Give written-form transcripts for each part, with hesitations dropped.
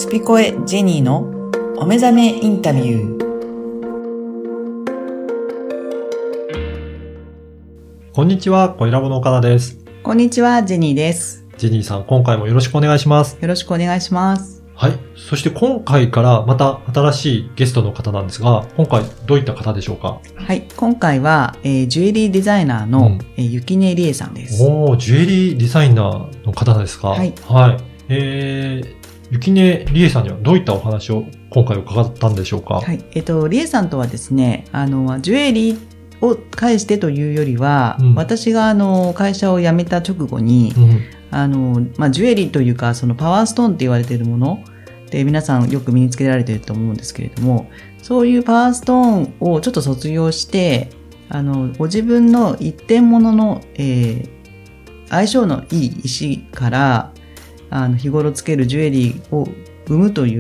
スピコエジェニーのお目覚めインタビュー。 こんにちは、小ラボの岡田です。 こんにちは、ジェニーです。 ジェニーさん、今回もよろしくお願いします。 よろしくお願いします。 はい。そして今回からまた新しいゲストの方なんですが、今回どういった方でしょうか？ はい。今回は、ジュエリーデザイナーの、雪音理恵さんです。 ジュエリーデザイナーの方ですか？ はい。 はい。雪音理恵さんにはどういったお話を今回伺ったんでしょうか？ はい。理恵さんとはですね、ジュエリーを介してというよりは、私が会社を辞めた直後に、ジュエリーというか、そのパワーストーンって言われているもので、皆さんよく身につけられていると思うんですけれども、そういうパワーストーンをちょっと卒業して、ご自分の一点物の、相性のいい石から、日頃つけるジュエリーを生むという、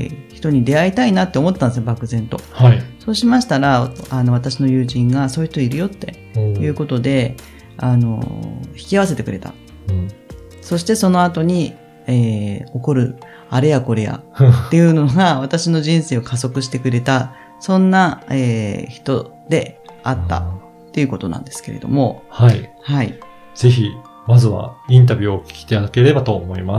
人に出会いたいなって思ったんですよ、漠然と。 はい。 そうしましたら、私の友人がそういう人いるよっていうことで、引き合わせてくれた。そしてその後に、起こるあれやこれやっていうのが私の人生を加速してくれた、そんな、人であったっていうことなんですけれども。 はい。 はい。 ぜひ、まずはインタビューをお聞きいただければと思います。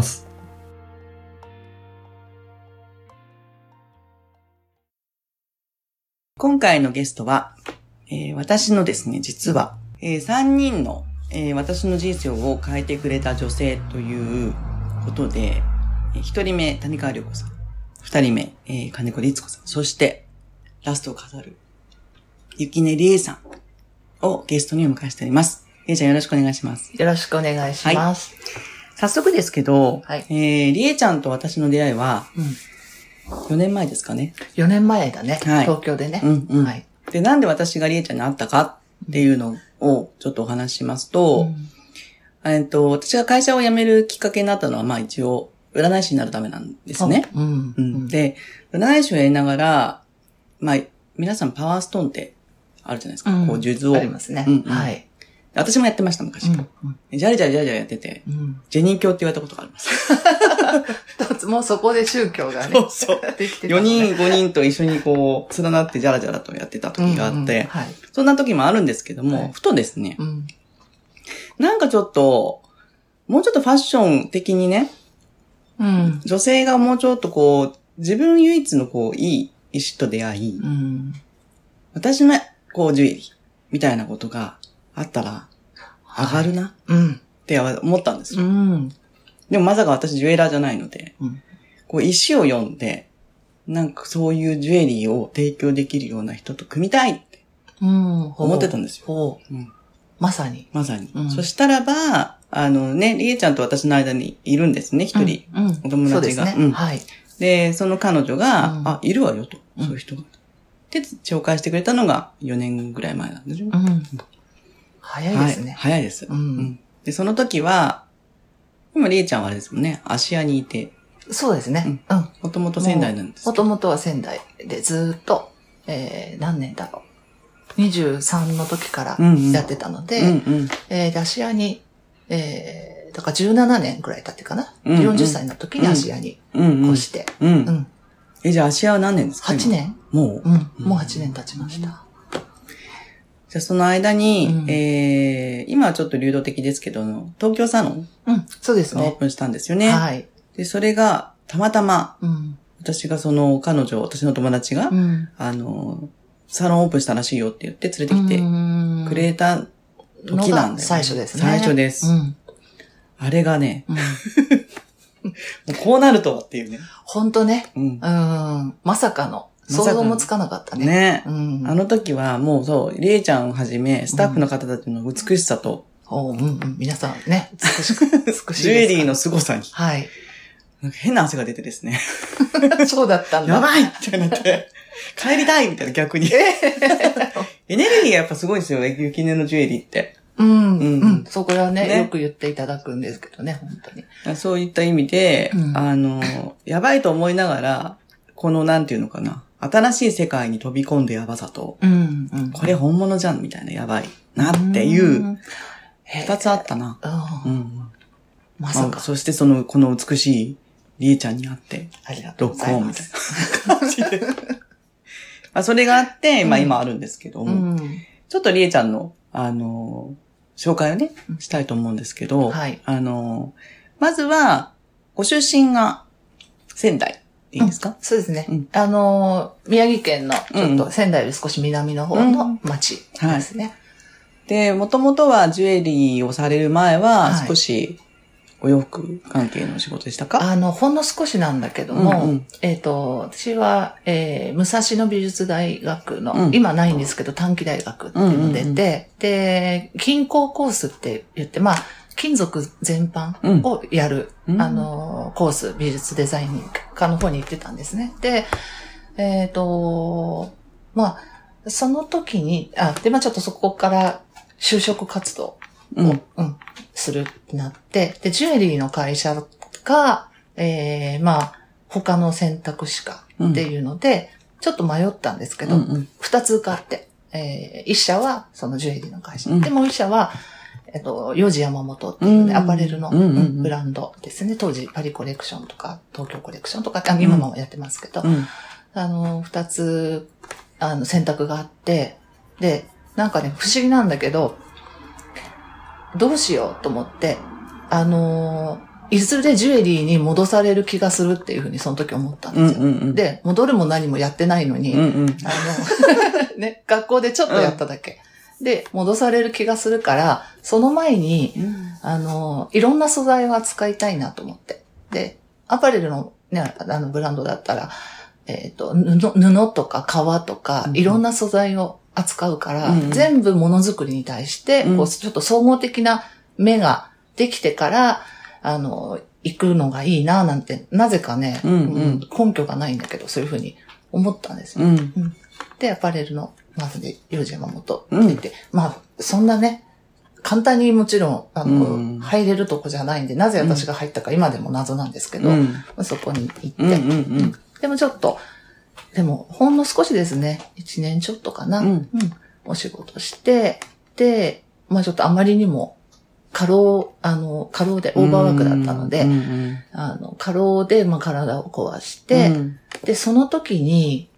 今回のゲストは、私のですね、実は、3人の、私の人生を変えてくれた女性ということで、1人目、谷川涼子さん。2人目、金子律子さん。そして、ラストを飾る、雪音理恵さんをゲストにお迎えしております。理恵ちゃんよろしくお願いします。 よろしくお願いします。はい、 早速ですけど、 はい、 理恵ちゃんと私の出会いは、4年前ですかね。 4年前だね。 はい、 東京でね。 はい。で、なんで私が理恵ちゃんに会ったかっていうのをちょっとお話ししますと、私が会社を辞めるきっかけになったのは、まあ一応、占い師になるためなんですね。で、占い師をやりながら、まあ、皆さんパワーストーンってあるじゃないですか。こう、数珠を。 ありますね。はい。 私もやってました、昔。ジャリジャリジャリジャリやってて、ジェニー教って言われたことがあります。 もうそこで宗教がね。 そう。できてたね。4人、5人と一緒にこう、連なってジャラジャラとやってた時があって、そんな時もあるんですけども、ふとですね、なんかちょっと、もうちょっとファッション的にね、女性がもうちょっとこう、自分唯一のこう、いい石と出会い、私のこう、ジュエリーみたいなことがあったら、上がるな、って思ったんですよ。でもまさか私ジュエラーじゃないので、こう、石を読んで、なんかそういうジュエリーを提供できるような人と組みたいって思ってたんですよ。 まさに。 まさに。そしたらば、りえちゃんと私の間にいるんですね、一人。お友達が。 はい。 で、その彼女が、いるわよと。そういう人が。で、紹介してくれたのが4年ぐらい前なんですよ。 早いですね。 早いです。で、その時は、今りえちゃんはあれですもんね、芦屋にいて。 そうですね。 もともと仙台なんです。 もともとは仙台でずっと、何年だろう。23の時からやってたので、芦屋に、だから17年くらい経ってかな。40歳の時に芦屋に越して。 じゃあ芦屋は何年ですか？ 8 年もうもう8年経ちました。 じゃあその間に、今はちょっと流動的ですけど、東京サロンそうですね。 オープンしたんですよね。 はい。 で、それが、たまたま、私が私の友達が、サロンオープンしたらしいよって言って連れてきてくれた時なんだよ。 最初ですね。 最初です。あれがね、もうこうなるとはっていうね。 ほんとね。まさかの。想像もつかなかったね。 ね。あの時はもうそう、りえちゃんをはじめ、スタッフの方たちの美しさと、 皆さんね、美しい。 ジュエリーの凄さに。 はい。 なんか変な汗が出てですね。 そうだったんだ。 やばいってなって、帰りたいみたいな逆に。エネルギーがやっぱすごいんですよ、雪音のジュエリーって。 そこはね、よく言っていただくんですけどね、本当に。 そういった意味で、やばいと思いながら、このなんていうのかな、新しい世界に飛び込んでやばさと、これ本物じゃんみたいなやばいなっていう、二つあったな。 まさか。 そしてこの美しいりえちゃんに会って、 ありがとうございます。 ロックオンみたいな感じで。まあそれがあって、まあ今あるんですけど、ちょっとりえちゃんの、紹介をね、したいと思うんですけど、 はい。 まずは、ご出身が仙台でいいですか？ そうですね。宮城県のちょっと仙台より少し南の方の町ですね。 で、もともとはジュエリーをされる前は、少しお洋服関係の仕事でしたか？ ほんの少しなんだけども、私は、武蔵野美術大学の、今ないんですけど短期大学っていうの出て、で、金工コースって言って、まあ、金属全般をやる、コース、美術デザイン科の方に行ってたんですね。で、まあ、その時に、で、まあちょっとそこから就職活動を、するってなって、で、ジュエリーの会社か、まあ、他の選択肢かっていうので、ちょっと迷ったんですけど、二つ受かって、一社はそのジュエリーの会社、で、もう一社は、ヨジ山本っていうね、アパレルのブランドですね。当時、パリコレクションとか、東京コレクションとか、今もやってますけど、二つ、選択があって、で、なんかね、不思議なんだけど、どうしようと思って、いずれジュエリーに戻される気がするっていうふうにその時思ったんですよ。で、戻るも何もやってないのに、ね、学校でちょっとやっただけ。で、戻される気がするから、その前に、いろんな素材を扱いたいなと思って。で、アパレルのね、ブランドだったら、布とか革とか、いろんな素材を扱うから、全部ものづくりに対して、こうちょっと総合的な目ができてから、行くのがいいな、なんて、なぜかね、根拠がないんだけど、そういうふうに思ったんですよ。で、アパレルの、まずで、ヨジ山本って言って、まあ、そんなね、簡単にもちろん、入れるとこじゃないんで、なぜ私が入ったか今でも謎なんですけど、そこに行って、でもちょっと、でも、ほんの少しですね、1年ちょっとかな、お仕事して、で、まあちょっとあまりにも、過労でオーバーワークだったので、過労で、まあ体を壊して、で、その時に、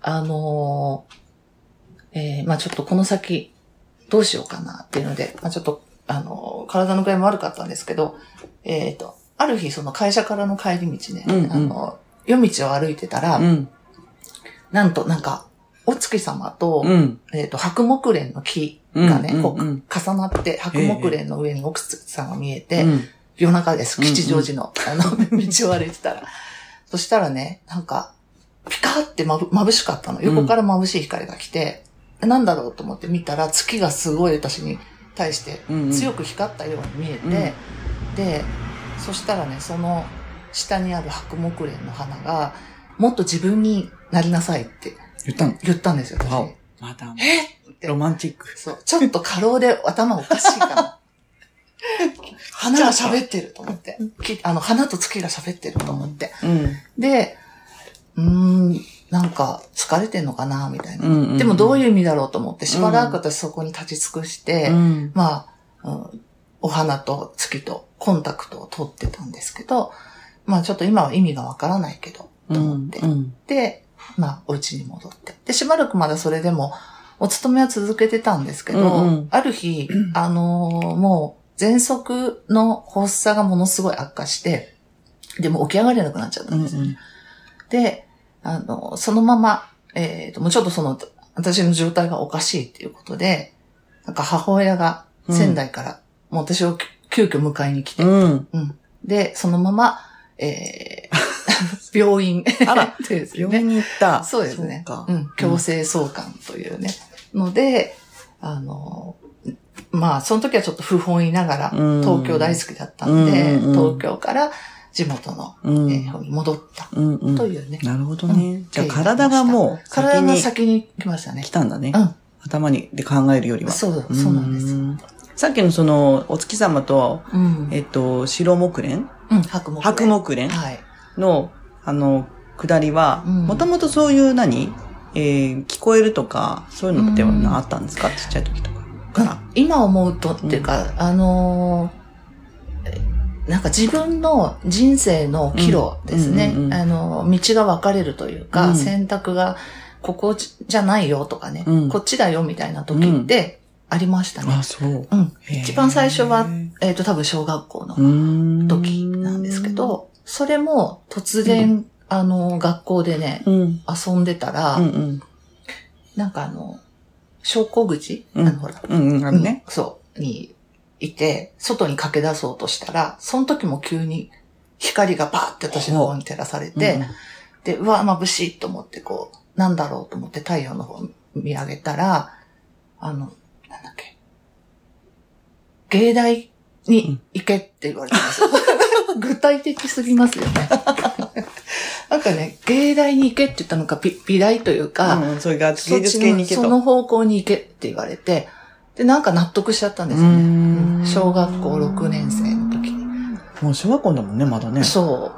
まあちょっとこの先、どうしようかなっていうので、まあちょっと、体の具合も悪かったんですけど、ある日、その会社からの帰り道ね、夜道を歩いてたら、なんと、なんか、お月様と、白木蓮の木がね、こう、重なって、白木蓮の上にお月さんが見えて、夜中です。吉祥寺の、道を歩いてたら。そしたらね、なんか、ピカーって眩しかったの。横から眩しい光が来て、なんだろうと思って見たら、月がすごい私に対して強く光ったように見えて、で、そしたらね、その下にある白木蓮の花が、もっと自分になりなさいって言ったんですよ、私。 また、 ってロマンチック。 そう。ちょっと過労で頭おかしいかな。花が喋ってると思って。花と月が喋ってると思って。で、なんか疲れてんのかなみたいな。でもどういう意味だろうと思って、しばらく私そこに立ち尽くして、まあ、お花と月とコンタクトを取ってたんですけど、まあちょっと今は意味がわからないけど、と思って。で、まあお家に戻って。で、しばらくまだそれでも、お勤めは続けてたんですけど、ある日、もう、喘息の発作がものすごい悪化して、でも起き上がれなくなっちゃったんですよね。で、そのまま、もうちょっと私の状態がおかしいっていうことで、なんか母親が仙台から、もう私を急遽迎えに来て、で、そのまま、病院あら、病院に行った。 そうですね。強制送還というね。ので、まあ、その時はちょっと不本意ながら、東京大好きだったんで、東京から地元の方に戻ったというね。 なるほどね。じゃあ体がもう体が先に来ましたね。 来たんだね。頭にで考えるよりは。 そうなんです。 さっきのお月様と、白木蓮白木蓮の、下りは、もともとそういう聞こえるとか、そういうのってあったんですか？ちっちゃい時とかから。 今思うとっていうか、 なんか自分の人生の岐路ですね。道が分かれるというか、選択がここじゃないよとかね、こっちだよみたいな時ってありましたね。 あ、そう。 一番最初は、多分小学校の時なんですけど、それも突然、学校でね、遊んでたら、なんか昇降口ほら。 ね。 そう、にいて、外に駆け出そうとしたら、その時も急に光がバーって私の方に照らされて、で、うわ、眩しいと思ってこう、なんだろうと思って太陽の方見上げたら、なんだっけ、芸大に行けって言われたんですよ。具体的すぎますよね。なんかね、芸大に行けって言ったのか、美大というか、 それが芸術系に行けと。 その方向に行けって言われて、で、なんか納得しちゃったんですよね。小学校6年生の時に。 もう小学校だもんね、まだね。 そう。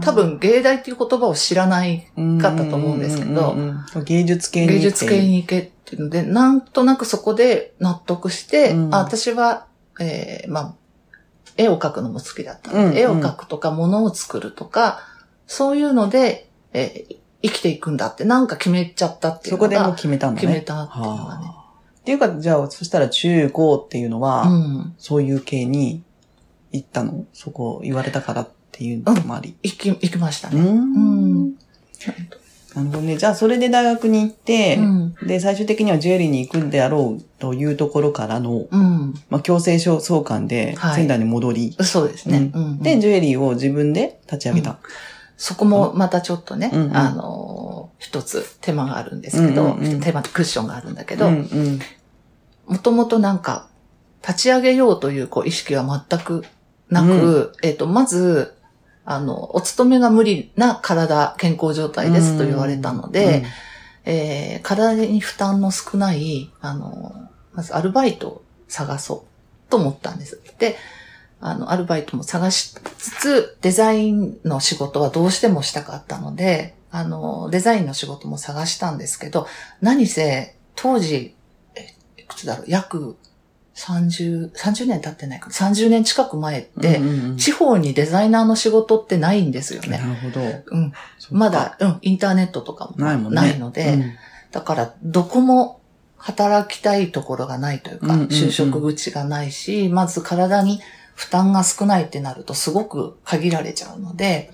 多分、芸大っていう言葉を知らないかったと思うんですけど、 芸術系に行け。 芸術系に行けっていうので、なんとなくそこで納得して、私は、絵を描くのも好きだったので、絵を描くとか物を作るとか、そういうので、生きていくんだってなんか決めちゃったっていうのが。 そこでもう決めたんだね。 決めたっていうのがね。 っていうか、じゃあ、そしたら中高っていうのは、そういう系に行ったの？そこ言われたからっていうのもあり。 行きましたね。 なるほどね。じゃあ、それで大学に行って、で、最終的にはジュエリーに行くんであろうというところからの、強制送還で仙台に戻り。 そうですね。 で、ジュエリーを自分で立ち上げた。 そこもまたちょっとね、一つ手間があるんですけど、手間とクッションがあるんだけど、もともとなんか、立ち上げようという意識は全くなく、まず、お勤めが無理な健康状態ですと言われたので、体に負担の少ない、まずアルバイトを探そうと思ったんです。で、アルバイトも探しつつ、デザインの仕事はどうしてもしたかったので、デザインの仕事も探したんですけど、何せ、当時、いくつだろう、約30年経ってないかな、30年近く前って、地方にデザイナーの仕事ってないんですよね。 なるほど。 まだ、インターネットとかもないので、だから、どこも働きたいところがないというか、就職口がないし、まず体に負担が少ないってなるとすごく限られちゃうので、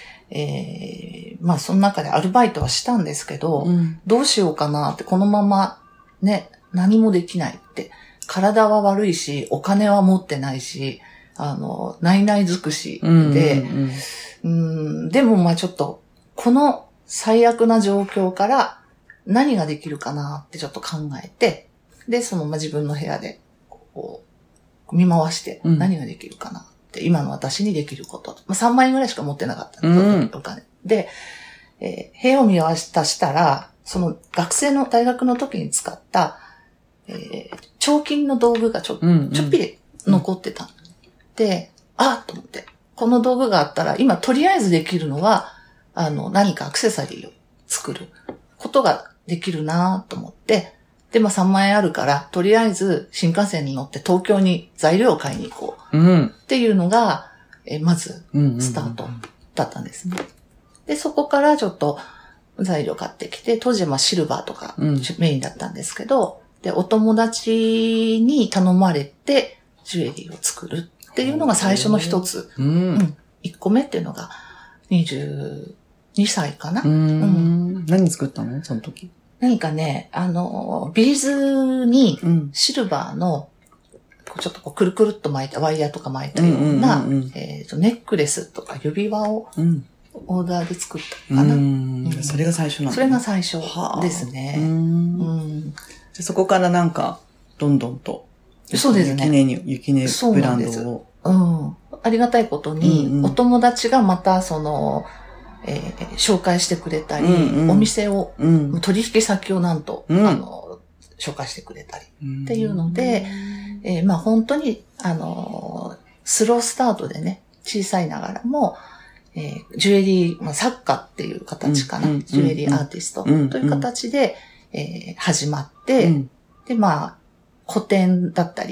その中でアルバイトはしたんですけど、どうしようかなって、このままね、何もできないって、体は悪いし、お金は持ってないし、ないない尽くしで、でもちょっと、この最悪な状況から何ができるかなってちょっと考えて、で、自分の部屋で、見回して何ができるかなって、今の私にできること。3万円ぐらいしか持ってなかったので、お金。で、部屋を見渡したら、学生の大学の時に使った、彫金の道具がちょっぴり残ってた。で、と思って。この道具があったら、今とりあえずできるのは、何かアクセサリーを作ることができるなと思って、で、3万円あるから、とりあえず新幹線に乗って東京に材料を買いに行こう。っていうのが、まず、スタートだったんですね。で、そこからちょっと材料買ってきて、当時はシルバーとかメインだったんですけど、で、お友達に頼まれて、ジュエリーを作るっていうのが最初の一つ。1個目っていうのが、22歳かな。 何作ったのその時。 何かね、ビーズにシルバーの、ちょっとくるくるっと巻いた、ワイヤーとか巻いたような、ネックレスとか指輪をオーダーで作ったかな。 それが最初なの？ それが最初ですね。 そこからなんか、どんどんと。 そうですね。 雪音ブランドを。ありがたいことに、お友達がまた紹介してくれたり、お店を、取引先をなんと、紹介してくれたりっていうので、本当に、スロースタートでね、小さいながらも、ジュエリー、作家っていう形かな、ジュエリーアーティストという形で、始まって、で、個展だったり、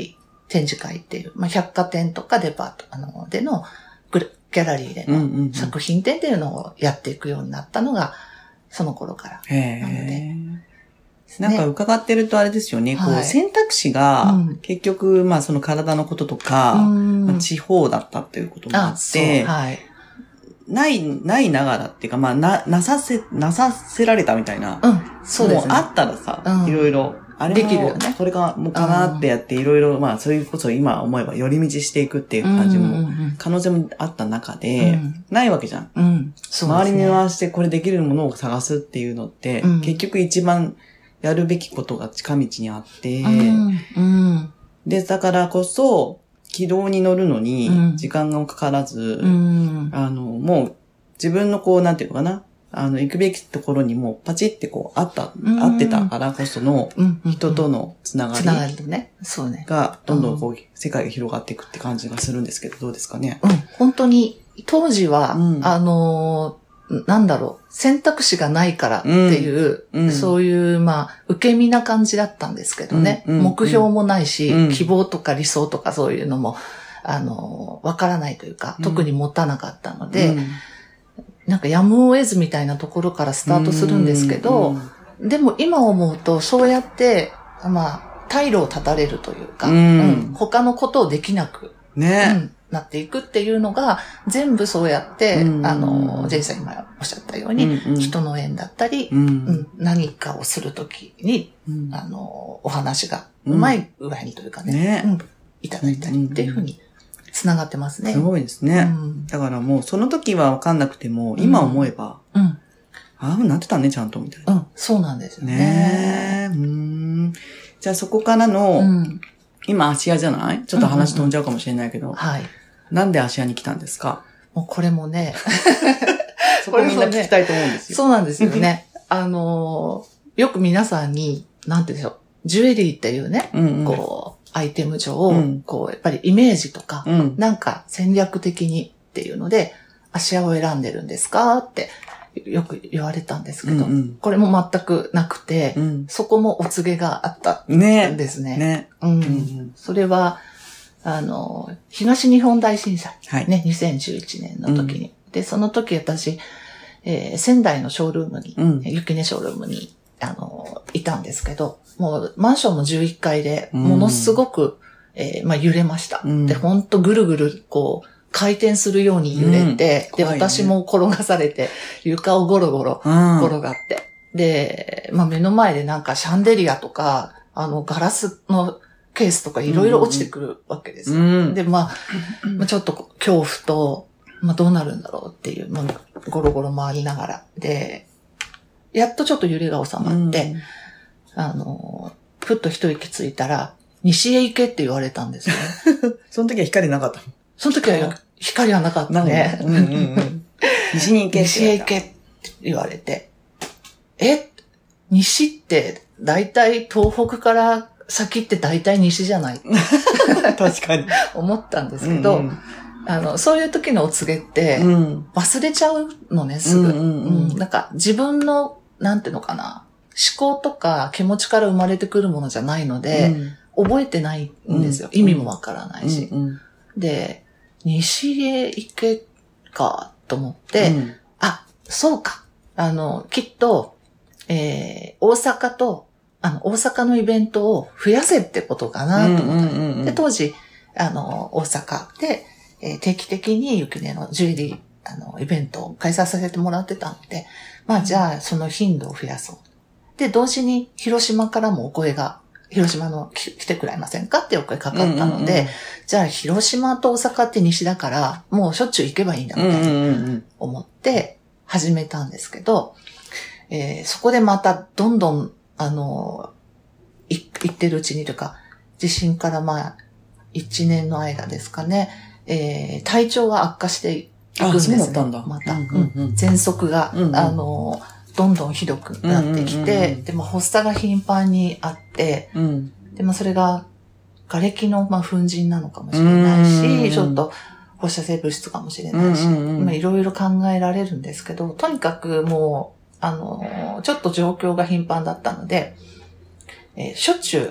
展示会っていう、まあ、百貨店とかデパートでのギャラリーでの作品展っていうのをやっていくようになったのが、その頃から。なので。 なんか伺ってるとあれですよね、こう選択肢が結局、まあその体のこととか、まあ、地方だったっていうこともあって、ないながらっていうか、まあなさせられたみたいな。 そうですね。 もうあったらさ、いろいろ、あれもできるよね。これがもうかなってやっていろいろ、まあそれこそ今思えば寄り道していくっていう感じも、可能性もあった中で、ないわけじゃん。周りに回してこれできるものを探すっていうのって、結局一番やるべきことが近道にあって、で、だからこそ、軌道に乗るのに、時間がかからず、もう、自分のこう、なんていうのかな、行くべきところにもパチってこう、合ってたからこその、人とのつながり。 ね。そうね。 が、どんどんこう、世界が広がっていくって感じがするんですけど、どうですかね。 本当に、当時は、なんだろう、選択肢がないからっていう、そういう、まあ、受け身な感じだったんですけどね。目標もないし、希望とか理想とかそういうのも、わからないというか、特に持たなかったので、なんかやむを得ずみたいなところからスタートするんですけど、でも今思うと、そうやって、まあ、退路を断たれるというか、他のことをできなく、なっていくっていうのが、全部そうやって、ジェイさん今おっしゃったように、人の縁だったり、何かをするときに、お話がうまい具合にというかね、いただいたりっていうふうに繋がってますね。 すごいですね。だからもうその時は分かんなくても、今思えば、なってたね、ちゃんとみたいな。 そうなんですよね。 じゃあそこからの、今、芦屋じゃない？ちょっと話飛んじゃうかもしれないけど。なんで芦屋に来たんですか？ もうこれもね。 そこみんな聞きたいと思うんですよ。 そうなんですよね。よく皆さんに、なんて言うんでしょう。ジュエリーっていうね、こう、アイテム上、こう、やっぱりイメージとか、なんか戦略的にっていうので、芦屋を選んでるんですかってよく言われたんですけど、これも全くなくて、そこもお告げがあったんですね。それは、東日本大震災、ね、2011年の時に。で、その時私、仙台のショールームに、雪音ショールームに、いたんですけど、もうマンションの11階で、ものすごく、まあ揺れました。で、ほんとぐるぐる、こう、回転するように揺れて、で、私も転がされて、床をゴロゴロ転がって。で、まあ目の前でなんかシャンデリアとか、ガラスのケースとかいろいろ落ちてくるわけですよ。で、まあ、ちょっと恐怖と、まあどうなるんだろうっていう、まあ、ゴロゴロ回りながら。で、やっとちょっと揺れが収まって、ふっと一息ついたら、西へ行けって言われたんですよね。 その時は光なかったの？ その時は光はなかったね。 西に行けって。 西へ行けって言われて。西って大体東北から先って大体西じゃない確かに。 思ったんですけど、そういう時のお告げって忘れちゃうのね、すぐ。なんか自分の、なんていうのかな、思考とか気持ちから生まれてくるものじゃないので、覚えてないんですよ。意味もわからないし。で、西へ行けかと思って、そうか。きっと、大阪のイベントを増やせってことかなと思った。で、当時、大阪で、定期的に雪音のジュエリー、イベントを開催させてもらってたので、まあじゃあその頻度を増やそう。で、同時に広島からもお声が、広島の来てくれませんかってお声かかったので、じゃあ広島と大阪って西だから、もうしょっちゅう行けばいいんだみたいな思って始めたんですけど、そこでまたどんどん、行ってるうちにというか、地震からまあ、1年の間ですかね、体調が悪化していくんですね。 そうだったんだ。 また。喘息が、どんどんひどくなってきて、でも発作が頻繁にあって、でもそれが瓦礫の粉塵なのかもしれないし、ちょっと放射性物質かもしれないし、いろいろ考えられるんですけど、とにかくもう、ちょっと状況が頻繁だったので、しょっちゅう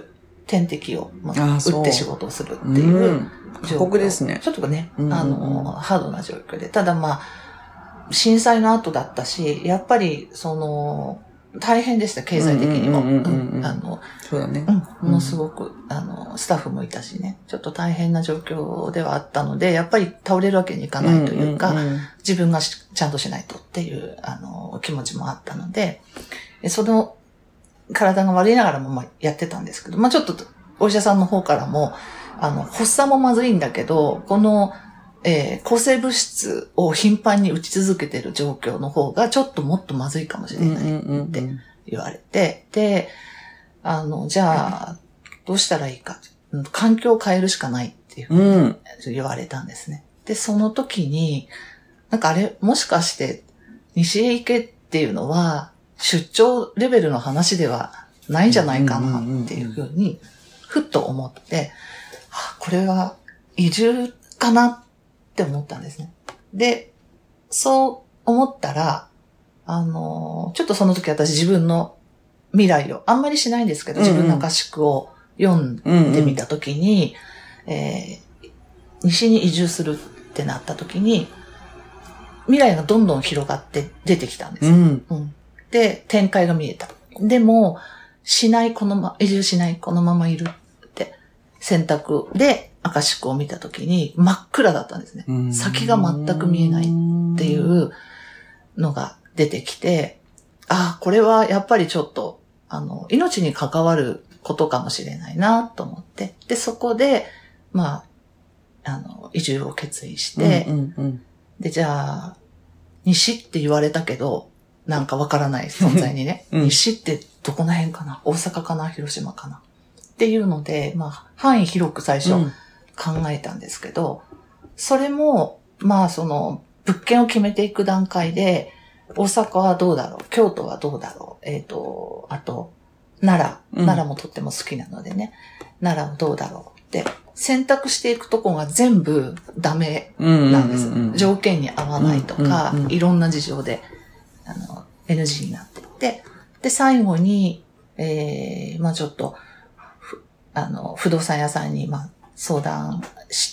点滴を、打って仕事をするっていう過酷ですね。 ちょっとね、ハードな状況で。ただ震災の後だったし、やっぱり、大変でした、経済的にも。 そうだね。 ものすごく、スタッフもいたしね、ちょっと大変な状況ではあったので、やっぱり倒れるわけにいかないというか、自分がちゃんとしないとっていう、気持ちもあったので、その、体が悪いながらもやってたんですけど、ちょっと、お医者さんの方からも、発作もまずいんだけど、この、抗生物質を頻繁に打ち続けている状況の方がちょっともっとまずいかもしれないって言われて、で、じゃあ、どうしたらいいか。環境を変えるしかないっていうふうに言われたんですね。で、その時に、もしかして西へ行けっていうのは出張レベルの話ではないんじゃないかなっていうふうに、ふっと思って、これは移住かなって思ったんですね。で、そう思ったら、ちょっとその時私自分の未来を、あんまりしないんですけど、自分の合宿を読んでみた時に、西に移住するってなった時に、未来がどんどん広がって出てきたんです。で、展開が見えた。でも、移住しない、このままいるって選択で赤宿を見たときに真っ暗だったんですね。先が全く見えないっていうのが出てきて、これはやっぱりちょっと、命に関わることかもしれないなと思って、で、そこで、移住を決意して、で、じゃあ、西って言われたけど、なんかわからない存在にね、西ってどこの辺かな、大阪かな、広島かなっていうので、範囲広く最初考えたんですけど、それも、物件を決めていく段階で、大阪はどうだろう、京都はどうだろう、あと、奈良もとっても好きなのでね、奈良はどうだろうって選択していくとこが全部ダメなんです。条件に合わないとか、いろんな事情で、NG になっていて、で、最後に、ちょっと、不動産屋さんに、相談して、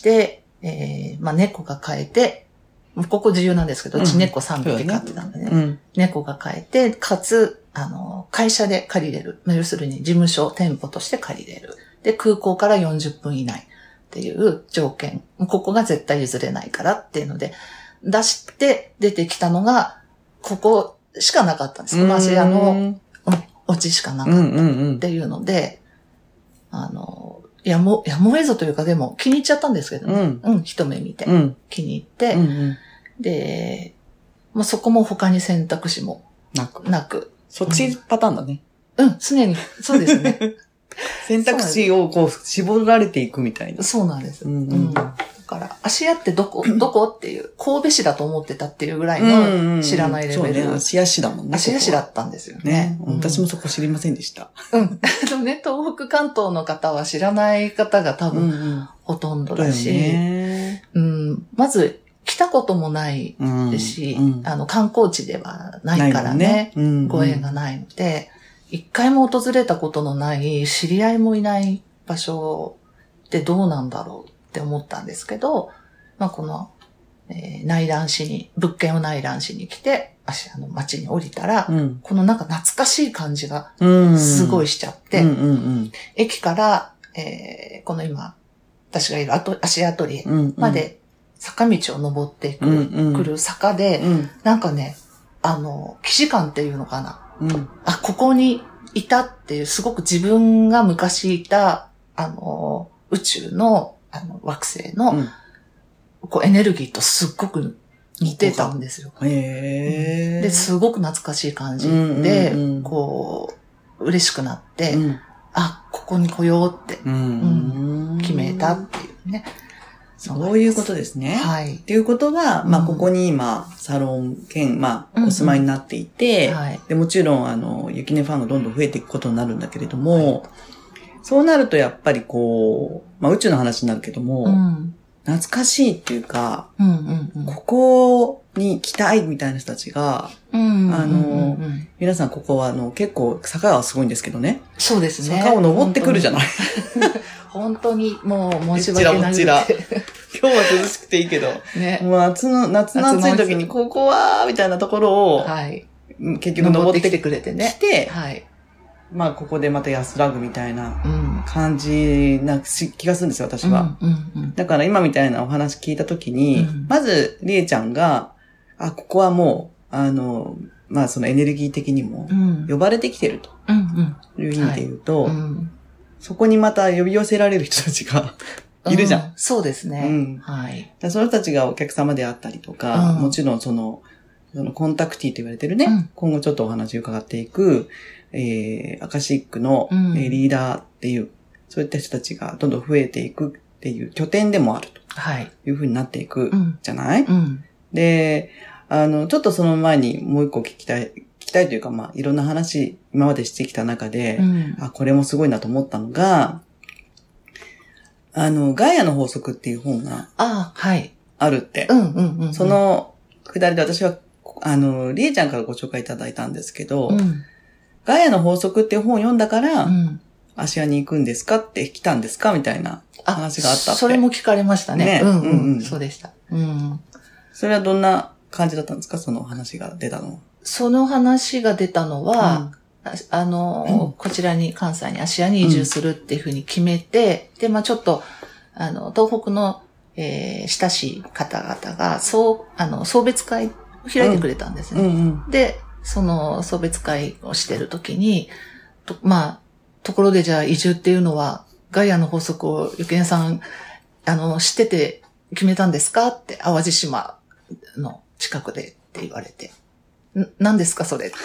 猫が飼えて、ここ重要なんですけど、うち猫3匹飼ってたのでね、猫が飼えて、かつ、会社で借りれる。要するに事務所、店舗として借りれる。で、空港から40分以内っていう条件。ここが絶対譲れないからっていうので、出して出てきたのが、ここしかなかったんです。マシ屋のお家しかなかったっていうので、やむを得ずというかでも気に入っちゃったんですけどね。一目見て。気に入って、で、そこも他に選択肢もなく。 そっちパターンだね。 常に、そうですね。 選択肢を絞られていくみたいな。 そうなんです。だから、芦屋ってどこっていう、神戸市だと思ってたっていうぐらいの知らないレベル。 そうね、芦屋市だもんね。 芦屋市だったんですよね。 私もそこ知りませんでした。 ね、東北関東の方は知らない方が多分、ほとんどだし、まず、来たこともないですし、観光地ではないからね、ご縁がないので、一回も訪れたことのない、知り合いもいない場所ってどうなんだろうって思ったんですけど、この、物件を内覧しに来て、町に降りたら、この懐かしい感じがすごいしちゃって、駅から、この今、私がいる芦屋アトリエまで坂道を登ってくる坂で、なんかね、既視感っていうのかな。ここにいたっていう、すごく自分が昔いた、宇宙の、惑星の、エネルギーとすっごく似てたんですよ。で、すごく懐かしい感じで、嬉しくなって、ここに来ようって、決めたっていうね。 そういうことですね。 はい。 っていうことは、ここに今、サロン兼、お住まいになっていて、でもちろん、ゆきねファンがどんどん増えていくことになるんだけれども、そうなるとやっぱり宇宙の話になるけども、 懐かしいっていうか、 うんうんうん、 ここに来たいみたいな人たちが、皆さんここは結構坂がすごいんですけどね。 そうですね。 坂を登ってくるじゃない。 本当にもう申し訳ない。 今日は涼しくていいけど、ね、もう夏の暑い時にここはみたいなところを、はい、結局登ってきてくれてね。来て、はい、まあここでまた安らぐみたいな感じな気がするんですよ、私は。だから今みたいなお話聞いた時に、まずりえちゃんが、ここはもうまあそのエネルギー的にも呼ばれてきてるという意味で言うと、そこにまた呼び寄せられる人たちがいるじゃん。 そうですね。はい。 その人たちがお客様であったりとか、もちろんそのコンタクティと言われてるね、今後ちょっとお話を伺っていく、アカシックのリーダーっていう、そういった人たちがどんどん増えていくっていう拠点でもあるというふうになっていくじゃない？で、ちょっとその前にもう一個聞きたいというか、まあ、いろんな話、今までしてきた中で、これもすごいなと思ったのが、ガイアの法則っていう本が、あるって。そのくだりで私は、りえちゃんからご紹介いただいたんですけど、ガイアの法則っていう本を読んだから、芦屋に行くんですかって来たんですかみたいな話があったって。 それも聞かれましたね。そうでした。 それはどんな感じだったんですか？その話が出たのは。 その話が出たのは、こちらに、関西に芦屋に移住するっていうふうに決めて、で、まあちょっと、東北の、親しい方々が、送別会を開いてくれたんですね。で、その送別会をしてるときに、まあ、ところでじゃあ移住っていうのは、ガイアの法則をゆきねさん、知ってて決めたんですかって、淡路島の近くでって言われて。何ですかそれって、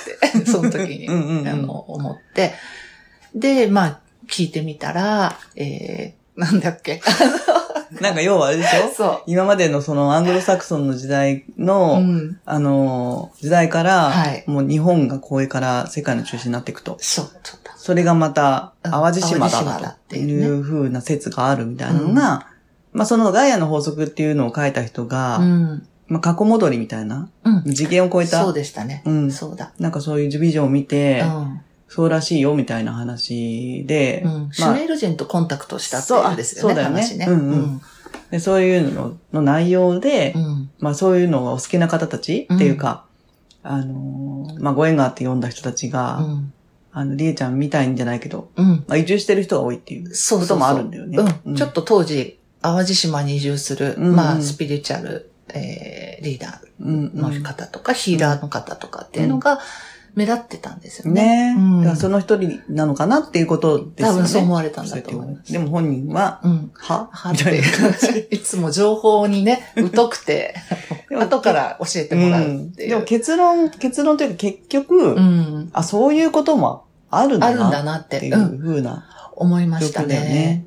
その時に、思って。で、まあ、聞いてみたら、なんだっけ。 なんか要はあれでしょ？そう。今までのそのアングロサクソンの時代の、時代から、もう日本がこれから世界の中心になっていくと。そう。それがまた、淡路島だという風な説があるみたいなのが、まあそのガイアの法則っていうのを書いた人が、まあ、過去戻りみたいな、次元を超えた。 そうでしたね。そうだ。 なんかそういうビジョンを見て、そうらしいよみたいな話で、 シュメール人とコンタクトしたっていうんですよね。そうだよね。話ね。 でそういうの内容で、まあそういうのがお好きな方たちっていうか、まあご縁があって読んだ人たちが、りえちゃんみたいんじゃないけど、まあ移住してる人が多いっていうこともあるんだよね。 ちょっと当時、淡路島に移住する、まあスピリチュアル、リーダーの方とか、ヒーラーの方とかっていうのが目立ってたんですよね。 だからその一人なのかなっていうことですよね。 多分そう思われたんだと思います。 でも本人は、 はみたいな感じ。いつも情報にね、疎くて、後から教えてもらうっていう。 でも結論というか結局、そういうこともあるんだなっていうふうな。 思いましたね。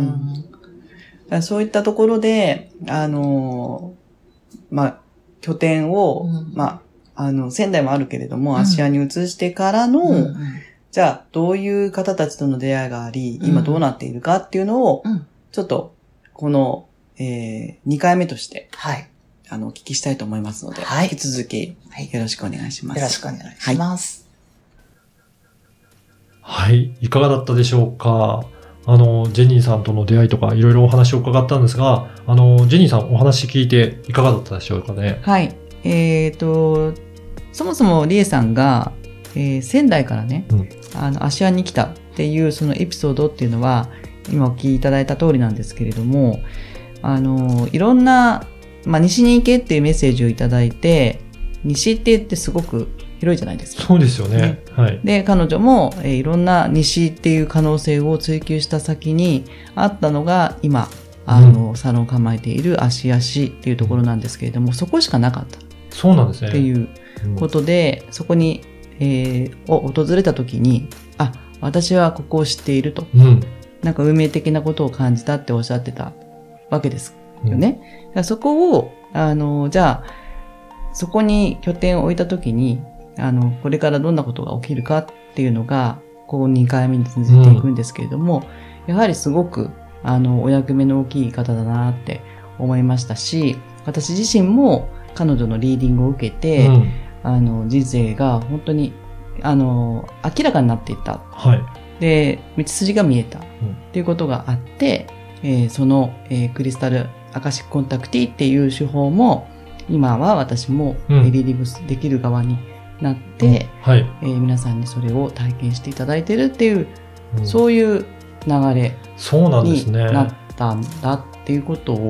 そういったところで、まあ、拠点を、まあ、仙台もあるけれども、芦屋に移してからの、じゃあ、どういう方たちとの出会いがあり、今どうなっているかっていうのを、ちょっと、この、2回目として、お聞きしたいと思いますので、引き続き、よろしくお願いします。 よろしくお願いします。 はい、いかがだったでしょうか？ジェニーさんとの出会いとかいろいろお話を伺ったんですが、ジェニーさんお話聞いていかがだったでしょうかね？ はい。そもそもリエさんが、仙台からね、芦屋に来たっていうそのエピソードっていうのは、今お聞きいただいた通りなんですけれども、いろんな、まあ、西に行けっていうメッセージをいただいて、西って言ってすごく広いじゃないですか。 そうですよね。はい。 で、彼女も、いろんな西っていう可能性を追求した先にあったのが、今、サロンを構えている芦屋市っていうところなんですけれども、そこしかなかった。 そうなんですね。 っていうことで、そこに、訪れた時に、私はここを知っていると。なんか運命的なことを感じたっておっしゃってたわけですよね。だからそこを、じゃあ、そこに拠点を置いた時に、これからどんなことが起きるかっていうのが、こう2回目に続いていくんですけれども、やはりすごく、お役目の大きい方だなって思いましたし、私自身も彼女のリーディングを受けて、人生が本当に、明らかになっていた。 はい。 で、道筋が見えた。っていうことがあって、その、クリスタルアカシックコンタクティっていう手法も、今は私も、リーディングできる側になって、皆さんにそれを体験していただいてるっていう、そういう流れになったんだっていうことを、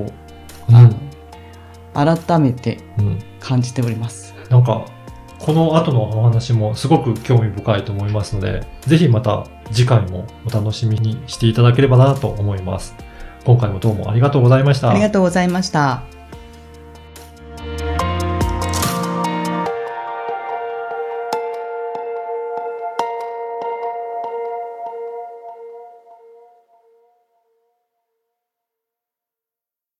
改めて感じております。 なんか、この後のお話もすごく興味深いと思いますので、ぜひまた次回もお楽しみにしていただければなと思います。今回もどうもありがとうございました。 ありがとうございました。